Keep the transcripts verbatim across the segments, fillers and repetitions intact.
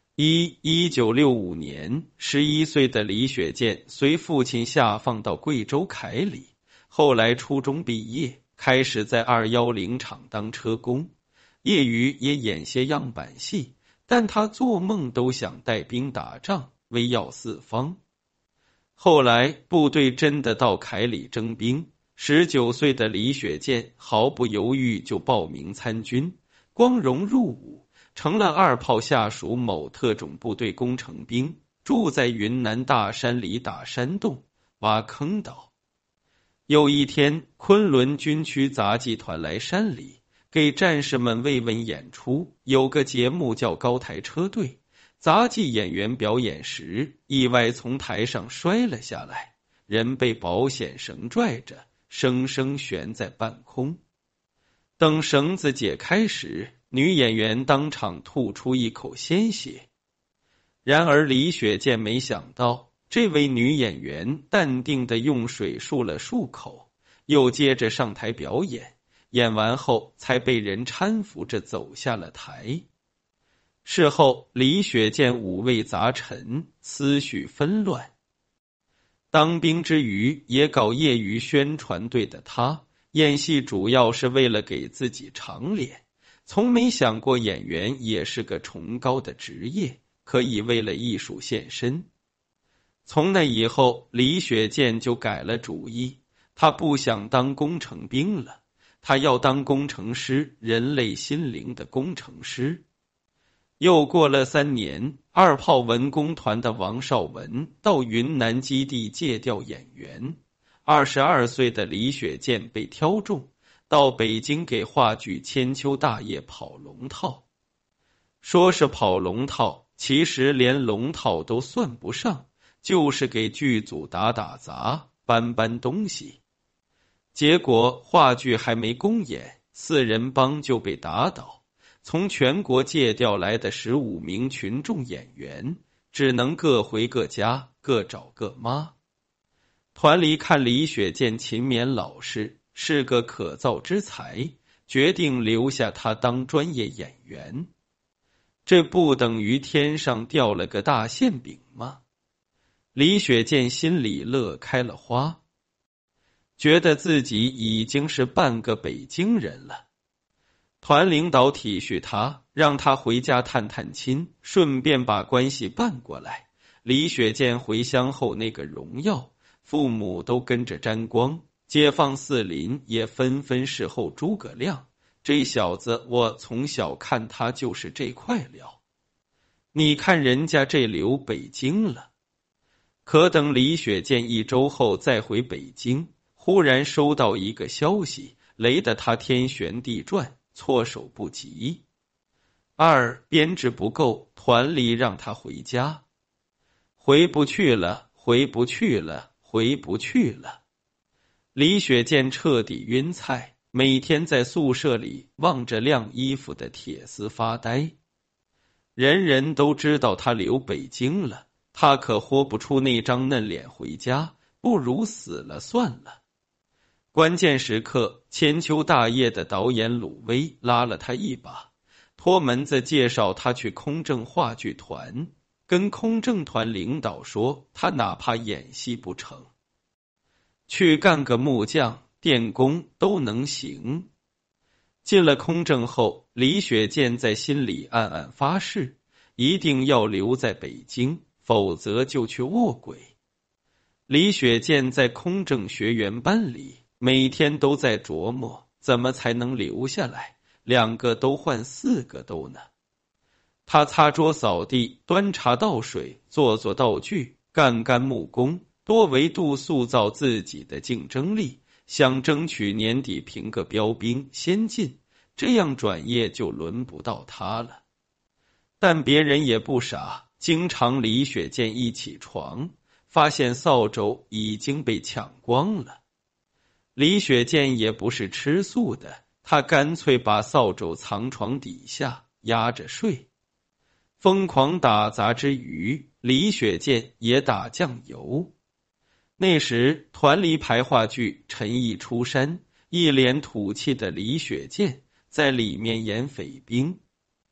一一九六五年，十一岁的李雪健随父亲下放到贵州凯里，后来初中毕业，开始在二一零厂当车工，业余也演些样板戏，但他做梦都想带兵打仗，威耀四方。后来部队真的到凯里征兵，十九岁的李雪健毫不犹豫就报名参军，光荣入伍，成了二炮下属某特种部队工程兵，住在云南大山里打山洞、挖坑道。有一天，昆仑军区杂技团来山里给战士们慰问演出，有个节目叫高台车队。杂技演员表演时，意外从台上摔了下来，人被保险绳拽着，生生悬在半空。等绳子解开时，女演员当场吐出一口鲜血。然而李雪健没想到，这位女演员淡定地用水漱了漱口，又接着上台表演，演完后才被人搀扶着走下了台。事后，李雪健五味杂陈，思绪纷乱。当兵之余也搞业余宣传队的他，演戏主要是为了给自己长脸，从没想过演员也是个崇高的职业，可以为了艺术献身。从那以后，李雪健就改了主意，他不想当工程兵了，他要当工程师，人类心灵的工程师。又过了三年，二炮文工团的王绍文到云南基地借调演员，二十二岁的李雪健被挑中，到北京给话剧《千秋大业》跑龙套。说是跑龙套，其实连龙套都算不上，就是给剧组打打杂，搬搬东西。结果话剧还没公演，四人帮就被打倒。从全国借调来的十五名群众演员，只能各回各家，各找各妈。团里看李雪健勤勉老实，是个可造之才，决定留下他当专业演员。这不等于天上掉了个大馅饼吗？李雪健心里乐开了花，觉得自己已经是半个北京人了。团领导体恤他，让他回家探探亲，顺便把关系办过来。李雪健回乡后那个荣耀，父母都跟着沾光，街坊四邻也纷纷侍候诸葛亮。这小子，我从小看他就是这块料。你看人家这留北京了。可等李雪健一周后再回北京，忽然收到一个消息，雷得他天旋地转，措手不及。二，编制不够，团里让他回家。回不去了，回不去了，回不去了。李雪健彻底晕菜，每天在宿舍里望着晾衣服的铁丝发呆。人人都知道他留北京了，他可豁不出那张嫩脸回家，不如死了算了。关键时刻，千秋大业的导演鲁威拉了他一把，托门子介绍他去空政话剧团，跟空政团领导说他哪怕演戏不成，去干个木匠、电工都能行。进了空政后，李雪健在心里暗暗发誓，一定要留在北京，否则就去卧轨。李雪健在空政学员班里每天都在琢磨怎么才能留下来，两个都换四个都呢。他擦桌扫地，端茶倒水，做做道具，干干木工，多维度塑造自己的竞争力，想争取年底评个标兵先进，这样转业就轮不到他了。但别人也不傻，经常李雪健一起床，发现扫帚已经被抢光了。李雪健也不是吃素的，他干脆把扫帚藏床底下，压着睡。疯狂打杂之余，李雪健也打酱油。那时团里排话剧《陈毅出山》，一脸土气的李雪健在里面演匪兵。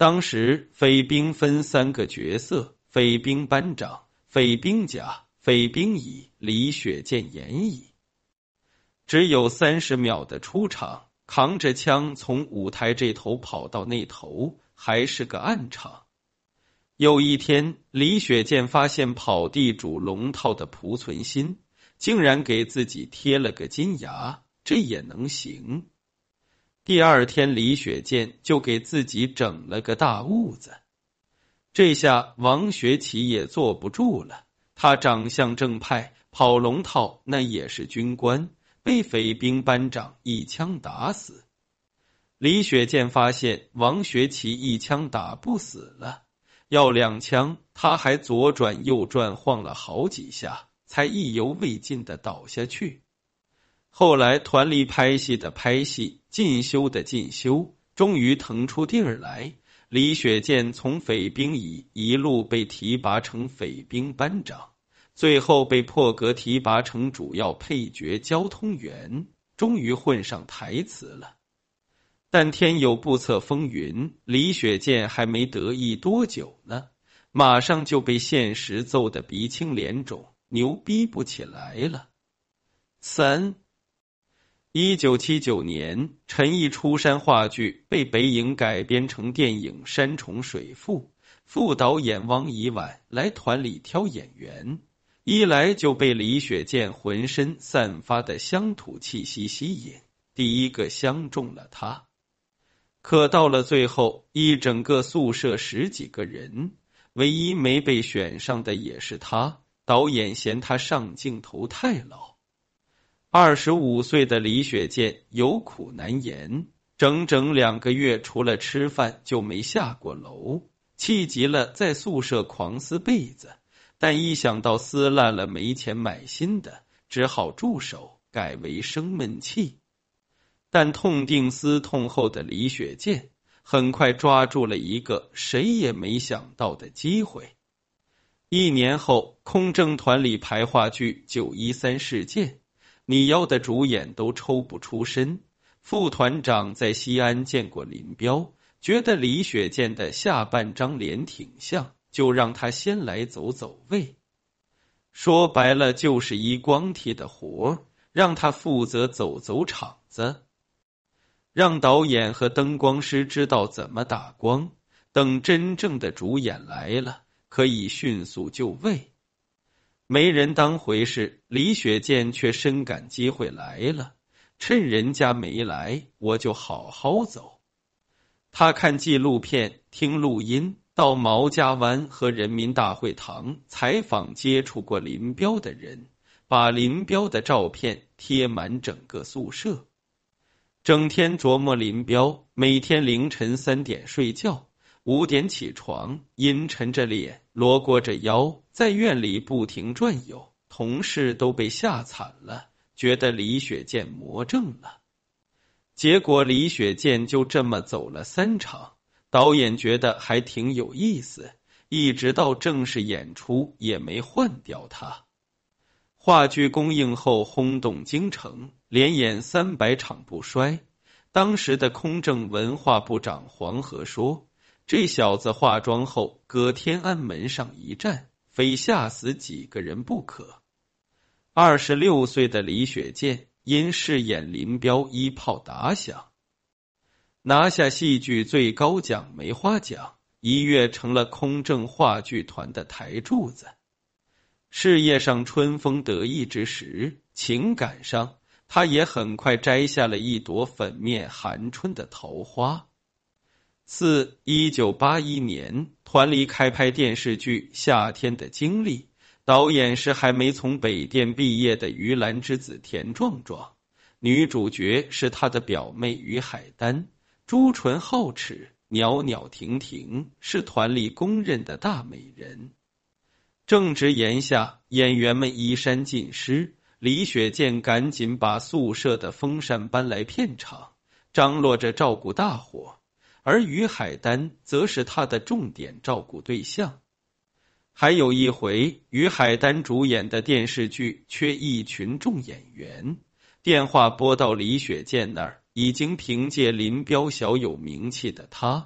当时匪兵分三个角色：匪兵班长、匪兵甲、匪兵乙，李雪健演乙。只有三十秒的出场，扛着枪从舞台这头跑到那头，还是个暗场。有一天，李雪健发现跑地主龙套的濮存昕竟然给自己贴了个金牙，这也能行？第二天，李雪健就给自己整了个大痦子。这下王学圻也坐不住了，他长相正派，跑龙套那也是军官，被匪兵班长一枪打死。李雪健发现王学圻一枪打不死了，要两枪，他还左转右转晃了好几下，才意犹未尽地倒下去。后来团里拍戏的拍戏，进修的进修，终于腾出地儿来。李雪健从匪兵乙一路被提拔成匪兵班长，最后被破格提拔成主要配角交通员，终于混上台词了。但天有不测风云，李雪健还没得意多久呢，马上就被现实揍得鼻青脸肿，牛逼不起来了。三一九七九年，陈毅出山话剧被北影改编成电影《山重水复》，副导演汪以婉来团里挑演员，一来就被李雪健浑身散发的乡土气息吸引，第一个相中了他。可到了最后，一整个宿舍十几个人，唯一没被选上的也是他，导演嫌他上镜头太老。二十五岁的李雪健有苦难言，整整两个月除了吃饭就没下过楼，气急了在宿舍狂撕被子，但一想到撕烂了没钱买新的，只好住手，改为生闷气。但痛定思痛后的李雪健很快抓住了一个谁也没想到的机会。一年后，空政团里排话剧九一三事件，你要的主演都抽不出身。副团长在西安见过林彪，觉得李雪健的下半张脸挺像，就让他先来走走位。说白了就是一光替的活，让他负责走走场子，让导演和灯光师知道怎么打光，等真正的主演来了，可以迅速就位。没人当回事，李雪健却深感机会来了，趁人家没来，我就好好走。他看纪录片，听录音，到毛家湾和人民大会堂采访接触过林彪的人，把林彪的照片贴满整个宿舍。整天琢磨林彪，每天凌晨三点睡觉，五点起床，阴沉着脸，罗裹着腰，在院里不停转悠，同事都被吓惨了，觉得李雪健魔怔了。结果李雪健就这么走了三场，导演觉得还挺有意思，一直到正式演出也没换掉他。话剧公映后轰动京城，连演三百场不衰。当时的空政文化部长黄河说，这小子化妆后搁天安门上一站，非吓死几个人不可。二十六岁的李雪健因饰演林彪一炮打响，拿下戏剧最高奖梅花奖，一跃成了空政话剧团的台柱子。事业上春风得意之时，情感上他也很快摘下了一朵粉面含春的桃花。四一九八一年，团里开拍电视剧《夏天的经历》，导演是还没从北电毕业的于兰之子田壮壮，女主角是他的表妹于海丹，朱唇皓齿，袅袅婷婷，是团里公认的大美人。正值炎夏，演员们衣衫尽湿，李雪健赶紧把宿舍的风扇搬来片场，张罗着照顾大伙，而于海丹则是他的重点照顾对象。还有一回，于海丹主演的电视剧缺一群众演员，电话拨到李雪健那儿，已经凭借林彪小有名气的他，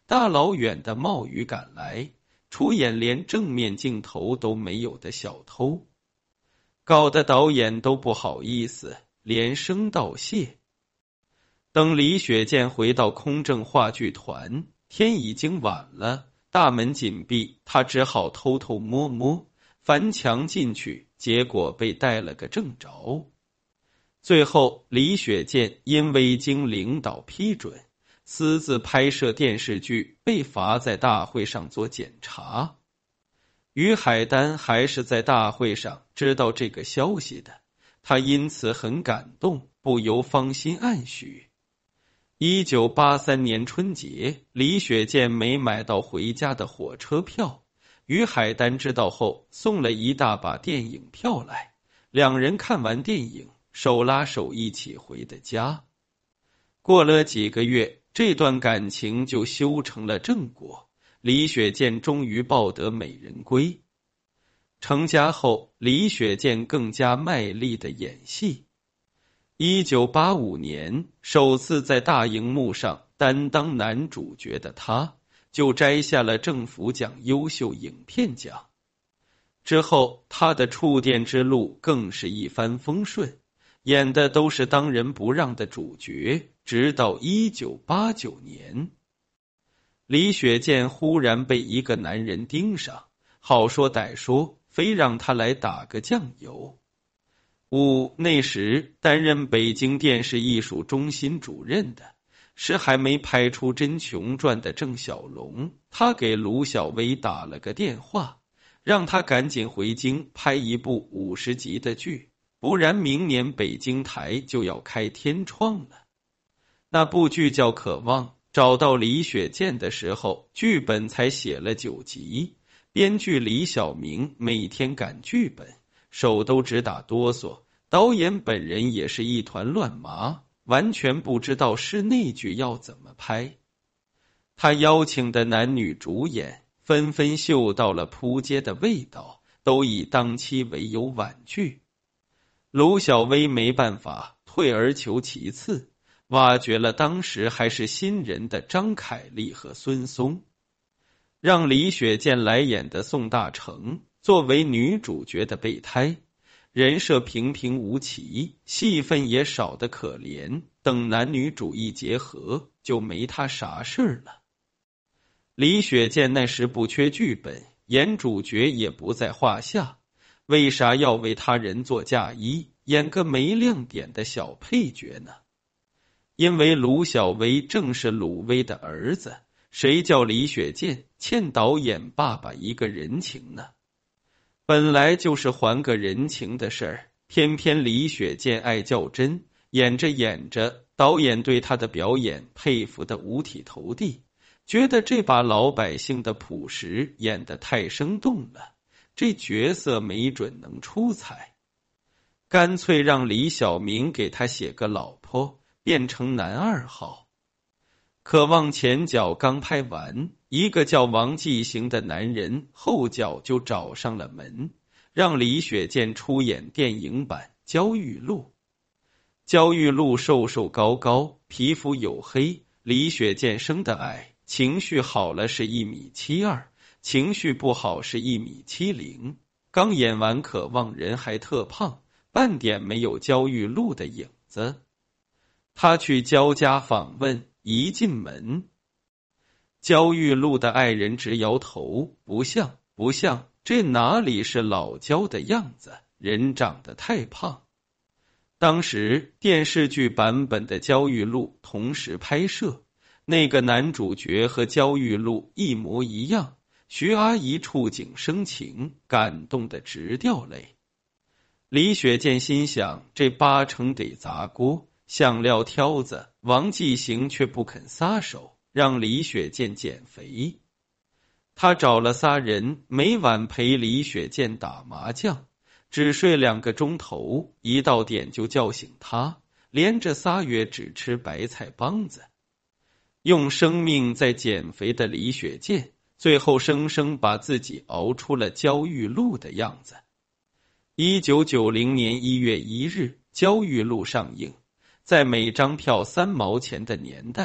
大老远的冒雨赶来，出演连正面镜头都没有的小偷，搞得导演都不好意思，连声道谢。等李雪健回到空政话剧团，天已经晚了，大门紧闭，他只好偷偷摸摸翻墙进去，结果被带了个正着。最后李雪健因未经领导批准私自拍摄电视剧，被罚在大会上做检查。于海丹还是在大会上知道这个消息的，他因此很感动，不由芳心暗许。一九八三年春节，李雪健没买到回家的火车票，于海丹知道后送了一大把电影票来，两人看完电影，手拉手一起回的家。过了几个月，这段感情就修成了正果，李雪健终于抱得美人归。成家后，李雪健更加卖力的演戏。一九八五年，首次在大荧幕上担当男主角的他，就摘下了政府奖优秀影片奖。之后，他的触电之路更是一帆风顺，演的都是当仁不让的主角，直到一九八九年，李雪健忽然被一个男人盯上，好说歹说，非让他来打个酱油。五那时担任北京电视艺术中心主任的是还没拍出《真琼传》的郑晓龙，他给卢小薇打了个电话，让他赶紧回京拍一部五十集的剧，不然明年北京台就要开天窗了。那部剧叫《渴望》，找到李雪健的时候，剧本才写了九集，编剧李晓明每天赶剧本，手都直打哆嗦，导演本人也是一团乱麻，完全不知道室内剧要怎么拍。他邀请的男女主演纷纷嗅到了扑街的味道，都以档期为由婉拒。卢小薇没办法，退而求其次，挖掘了当时还是新人的张凯丽和孙松，让李雪健来演的宋大成作为女主角的备胎，人设平平无奇，戏份也少得可怜，等男女主一结合，就没他啥事了。李雪健那时不缺剧本，演主角也不在话下，为啥要为他人做嫁衣，演个没亮点的小配角呢？因为卢小薇正是鲁威的儿子，谁叫李雪健欠导演爸爸一个人情呢？本来就是还个人情的事儿，偏偏李雪健爱较真，演着演着，导演对他的表演佩服得五体投地，觉得这把老百姓的朴实演得太生动了，这角色没准能出彩，干脆让李晓明给他写个老婆，变成男二号。渴望前脚刚拍完，一个叫王继行的男人后脚就找上了门，让李雪健出演电影版《焦裕禄》。焦裕禄瘦瘦高高，皮肤黝黑，李雪健生得矮，情绪好了是一米七二，情绪不好是一米七零。刚演完渴望，人还特胖，半点没有焦裕禄的影子。他去焦家访问，一进门，焦裕禄的爱人直摇头，不像不像，这哪里是老焦的样子，人长得太胖。当时电视剧版本的焦裕禄同时拍摄，那个男主角和焦裕禄一模一样，徐阿姨触景生情，感动得直掉泪。李雪健心想，这八成得砸锅，想料挑子王继行却不肯撒手，让李雪健减肥。他找了仨人，每晚陪李雪健打麻将，只睡两个钟头，一到点就叫醒他，连着仨月只吃白菜帮子，用生命在减肥的李雪健，最后生生把自己熬出了焦裕禄的样子。一九九零年一月一日，焦裕禄上映。在每张票三毛钱的年代，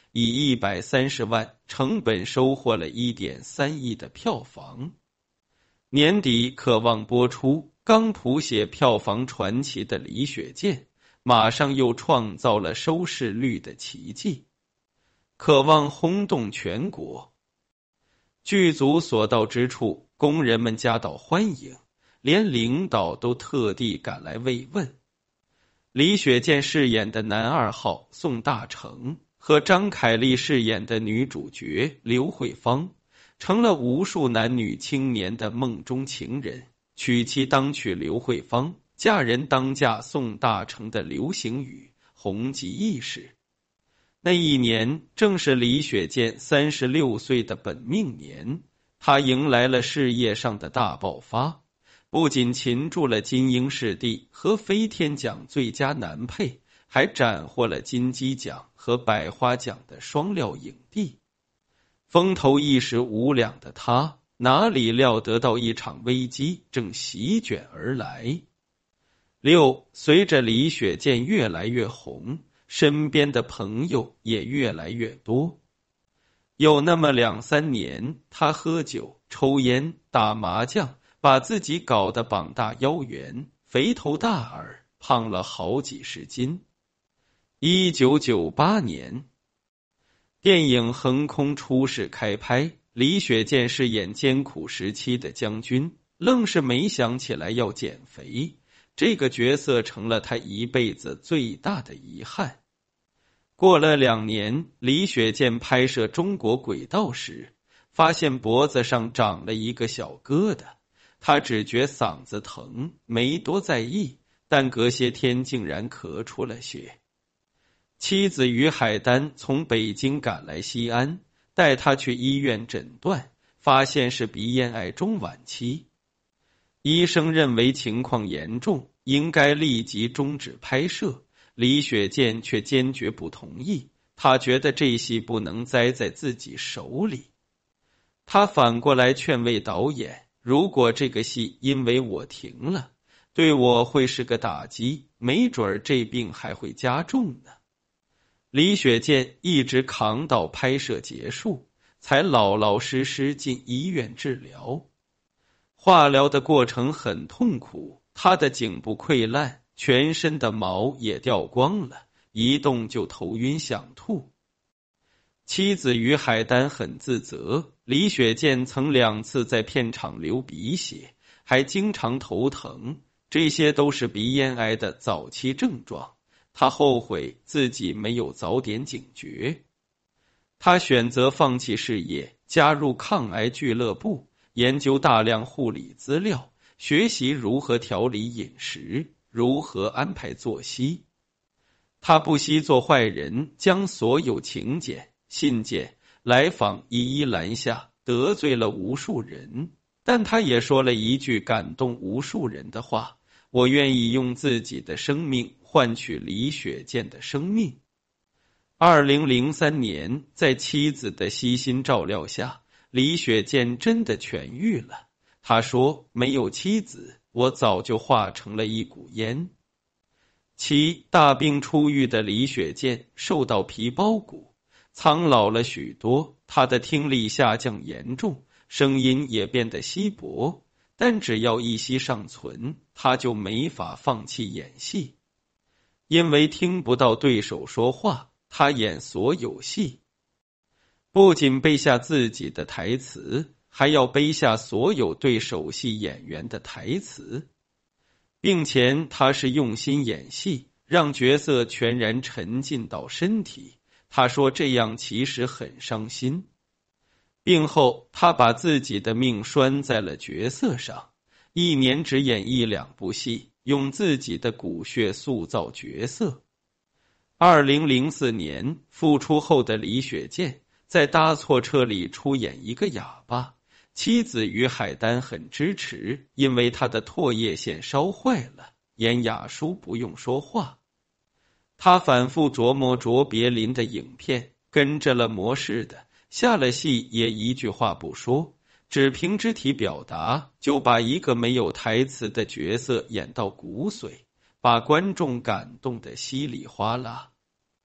以一百三十万成本收获了 一点三亿的票房。年底渴望播出，刚谱写票房传奇的李雪健马上又创造了收视率的奇迹，渴望轰动全国。剧组所到之处，工人们夹道欢迎，连领导都特地赶来慰问。李雪健饰演的男二号宋大成和张凯丽饰演的女主角刘慧芳成了无数男女青年的梦中情人，娶妻当娶刘慧芳，嫁人当嫁宋大成的流行语红极一时。那一年正是李雪健三十六岁的本命年，他迎来了事业上的大爆发，不仅擒住了金鹰视帝和飞天奖最佳男配，还斩获了金鸡奖和百花奖的双料影帝。风头一时无两的他，哪里料得到一场危机正席卷而来。六，随着李雪健越来越红，身边的朋友也越来越多。有那么两三年，他喝酒、抽烟、打麻将，把自己搞得膀大腰圆、肥头大耳，胖了好几十斤。一九九八年，电影《横空出世》开拍，李雪健饰演艰苦时期的将军，愣是没想起来要减肥，这个角色成了他一辈子最大的遗憾。过了两年，李雪健拍摄《中国轨道》时，发现脖子上长了一个小疙瘩，他只觉嗓子疼，没多在意，但隔些天竟然咳出了血。妻子于海丹从北京赶来西安，带他去医院诊断，发现是鼻咽癌中晚期。医生认为情况严重，应该立即终止拍摄，李雪健却坚决不同意，他觉得这戏不能栽在自己手里。他反过来劝慰导演，如果这个戏因为我停了，对我会是个打击，没准这病还会加重呢。李雪健一直扛到拍摄结束，才老老实实进医院治疗。化疗的过程很痛苦，他的颈部溃烂，全身的毛也掉光了，一动就头晕想吐。妻子于海丹很自责，李雪健曾两次在片场流鼻血，还经常头疼，这些都是鼻咽癌的早期症状。他后悔自己没有早点警觉。他选择放弃事业，加入抗癌俱乐部，研究大量护理资料，学习如何调理饮食，如何安排作息。他不惜做坏人，将所有请柬、信件、来访一一拦下，得罪了无数人。但他也说了一句感动无数人的话：我愿意用自己的生命换取李雪健的生命。二零零三年，在妻子的悉心照料下，李雪健真的痊愈了。他说，没有妻子，我早就化成了一股烟。七，大病初愈的李雪健瘦到皮包骨，苍老了许多，他的听力下降严重，声音也变得稀薄，但只要一息尚存，他就没法放弃演戏。因为听不到对手说话，他演所有戏，不仅背下自己的台词，还要背下所有对手戏演员的台词，并且他是用心演戏，让角色全然沉浸到身体。他说这样其实很伤心。病后，他把自己的命拴在了角色上，一年只演一两部戏，用自己的骨血塑造角色。二零零四年，复出后的李雪健在搭错车里出演一个哑巴，妻子于海丹很支持，因为他的唾液腺烧坏了，演哑叔不用说话。他反复琢磨卓别林的影片，跟着了模式的，下了戏也一句话不说，只凭肢体表达就把一个没有台词的角色演到骨髓，把观众感动得稀里哗啦。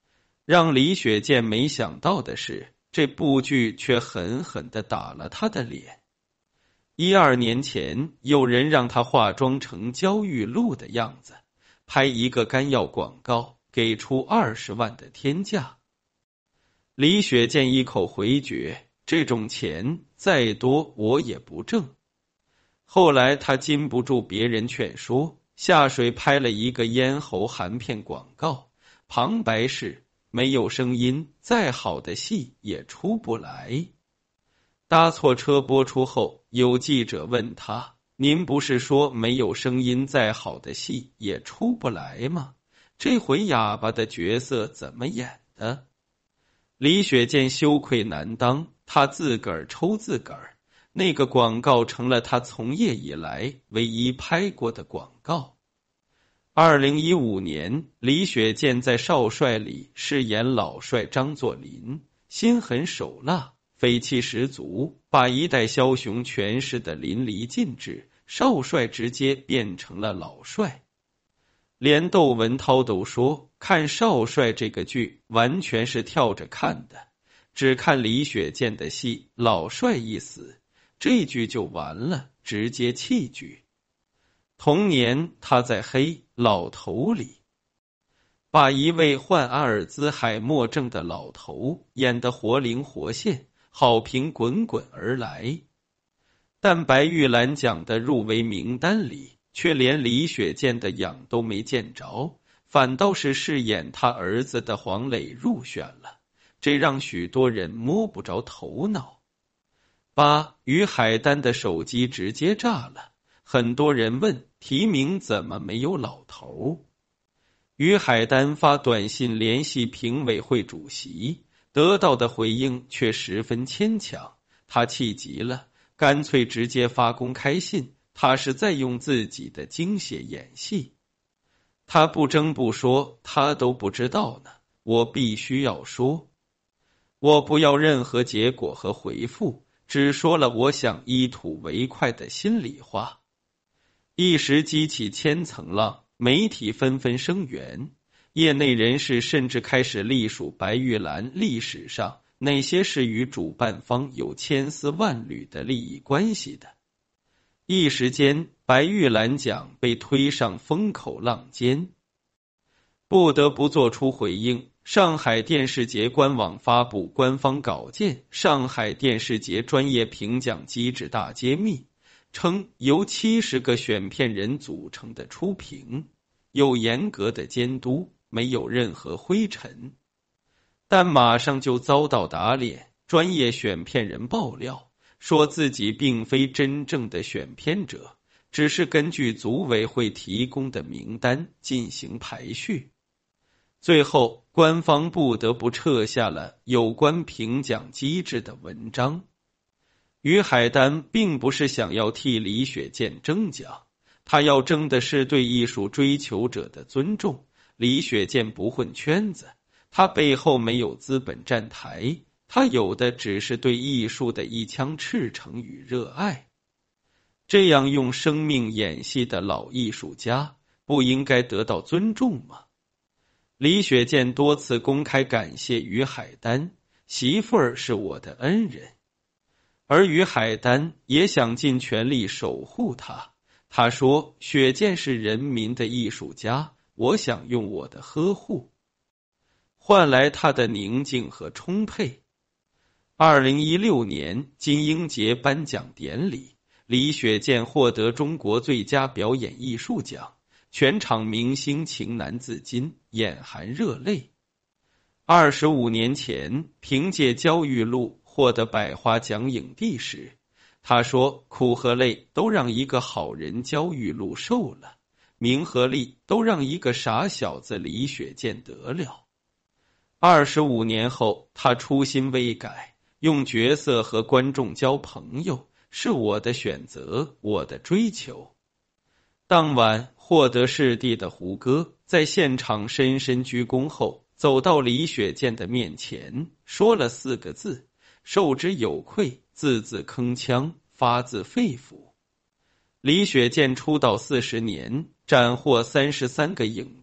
让李雪健没想到的是，这部剧却狠狠地打了他的脸。一二年前，有人让他化妆成焦裕禄的样子，拍一个干药广告，给出二十万的天价。李雪健一口回绝，这种钱再多我也不挣。后来他禁不住别人劝说，下水拍了一个咽喉含片广告，旁白是没有声音，再好的戏也出不来。搭错车播出后，有记者问他，您不是说没有声音再好的戏也出不来吗？这回哑巴的角色怎么演的？李雪健羞愧难当，他自个儿抽自个儿，那个广告成了他从业以来唯一拍过的广告。二零一五年，李雪健在《少帅》里饰演老帅张作霖，心狠手辣，匪气十足，把一代枭雄诠释得淋漓尽致，少帅直接变成了老帅。连窦文涛都说，看少帅这个剧完全是跳着看的，只看李雪健的戏，老帅一死，这剧就完了，直接弃剧。同年，他在《黑老头》里把一位患阿尔兹海默症的老头演得活灵活现，好评滚滚而来。但白玉兰奖的入围名单里，却连李雪健的影都没见着，反倒是饰演他儿子的黄磊入选了，这让许多人摸不着头脑。八，于海丹的手机直接炸了，很多人问提名怎么没有老头？于海丹发短信联系评委会主席，得到的回应却十分牵强，他气急了，干脆直接发公开信，他是在用自己的精血演戏。他不争不说，他都不知道呢，我必须要说。我不要任何结果和回复，只说了我想一吐为快的心里话。一时激起千层浪，媒体纷纷声援，业内人士甚至开始隶属白玉兰历史上哪些是与主办方有千丝万缕的利益关系的。一时间，白玉兰奖被推上风口浪尖，不得不做出回应。上海电视节官网发布官方稿件，上海电视节专业评奖机制大揭秘，称由七十个选片人组成的初评，有严格的监督，没有任何灰尘。但马上就遭到打脸，专业选片人爆料，说自己并非真正的选片者，只是根据组委会提供的名单进行排序。最后，官方不得不撤下了有关评奖机制的文章。于海丹并不是想要替李雪健争奖，他要争的是对艺术追求者的尊重。李雪健不混圈子，他背后没有资本站台，他有的只是对艺术的一腔赤诚与热爱。这样用生命演戏的老艺术家，不应该得到尊重吗？李雪健多次公开感谢于海丹，媳妇儿是我的恩人。而于海丹也想尽全力守护他，他说，雪健是人民的艺术家，我想用我的呵护换来他的宁静和充沛。二零一六年金鹰节颁奖典礼，李雪健获得中国最佳表演艺术奖，全场明星情难自禁，眼含热泪。二十五年前，凭借焦裕禄获得百花奖影帝时，他说苦和累都让一个好人焦裕禄受了，名和利都让一个傻小子李雪健得了。二十五年后，他初心未改，用角色和观众交朋友，是我的选择，我的追求。当晚获得视帝的胡歌在现场深深鞠躬后，走到李雪健的面前，说了四个字：受之有愧，字字铿锵，发自肺腑。李雪健出道四十年，斩获三十三个影帝，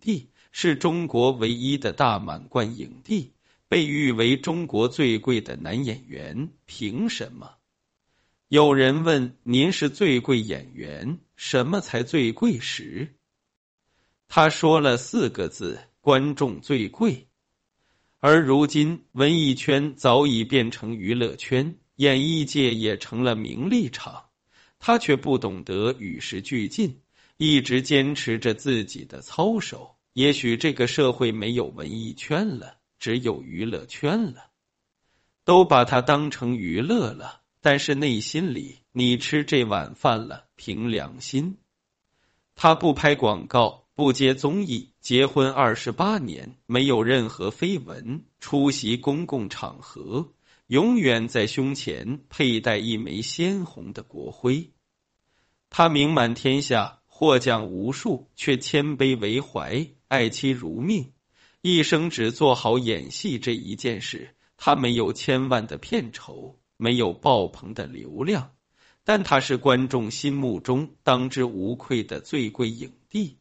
是中国唯一的大满贯影帝，被誉为中国最贵的男演员，凭什么？有人问，您是最贵演员，什么才最贵时？他说了四个字：观众最贵。而如今，文艺圈早已变成娱乐圈，演艺界也成了名利场，他却不懂得与时俱进，一直坚持着自己的操守。也许这个社会没有文艺圈了，只有娱乐圈了，都把它当成娱乐了，但是内心里你吃这碗饭了，凭良心。他不拍广告，不接综艺，结婚二十八年，没有任何绯闻，出席公共场合，永远在胸前佩戴一枚鲜红的国徽。他名满天下，获奖无数，却谦卑为怀，爱妻如命，一生只做好演戏这一件事。他没有千万的片酬，没有爆棚的流量，但他是观众心目中当之无愧的最贵影帝。